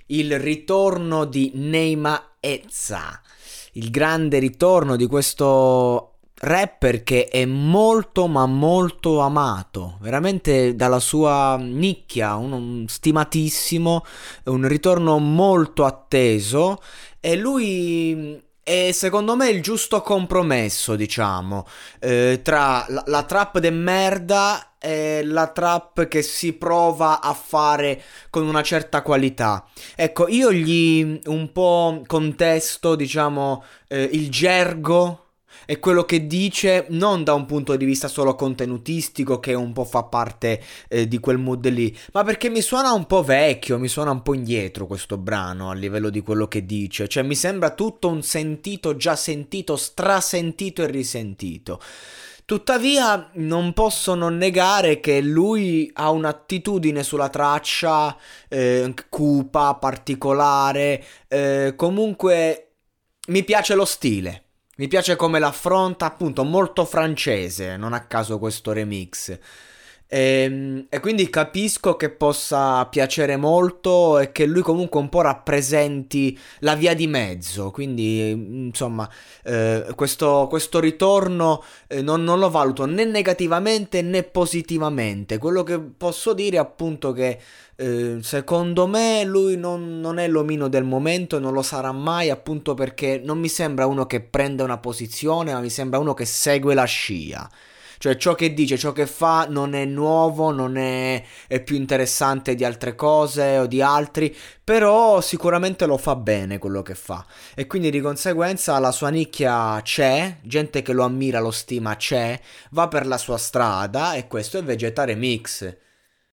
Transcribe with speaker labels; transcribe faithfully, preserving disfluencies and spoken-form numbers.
Speaker 1: il ritorno di Neima Ezza, il grande ritorno di questo rapper che è molto ma molto amato, veramente dalla sua nicchia, un, un stimatissimo, un ritorno molto atteso e lui è secondo me il giusto compromesso, diciamo, eh, tra la, la trap de merda e la trap che si prova a fare con una certa qualità. Ecco, io gli un po' contesto, diciamo, eh, il gergo e quello che dice non da un punto di vista solo contenutistico che un po' fa parte eh, di quel mood lì, ma perché mi suona un po' vecchio, mi suona un po' indietro questo brano a livello di quello che dice, cioè mi sembra tutto un sentito, già sentito, strasentito e risentito. Tuttavia non posso non negare che lui ha un'attitudine sulla traccia eh, cupa, particolare, eh, comunque mi piace lo stile. Mi piace come l'affronta, appunto, molto francese, non a caso questo remix. E, e quindi capisco che possa piacere molto e che lui comunque un po' rappresenti la via di mezzo. Quindi, insomma, eh, questo, questo ritorno eh, non, non lo valuto né negativamente né positivamente. Quello che posso dire è appunto che eh, secondo me lui non, non è l'omino del momento e non lo sarà mai, appunto perché non mi sembra uno che prende una posizione, ma mi sembra uno che segue la scia. Cioè ciò che dice, ciò che fa non è nuovo, non è, è più interessante di altre cose o di altri, però sicuramente lo fa bene quello che fa. E quindi di conseguenza la sua nicchia c'è, gente che lo ammira, lo stima c'è, va per la sua strada e questo è Vegeta Remix.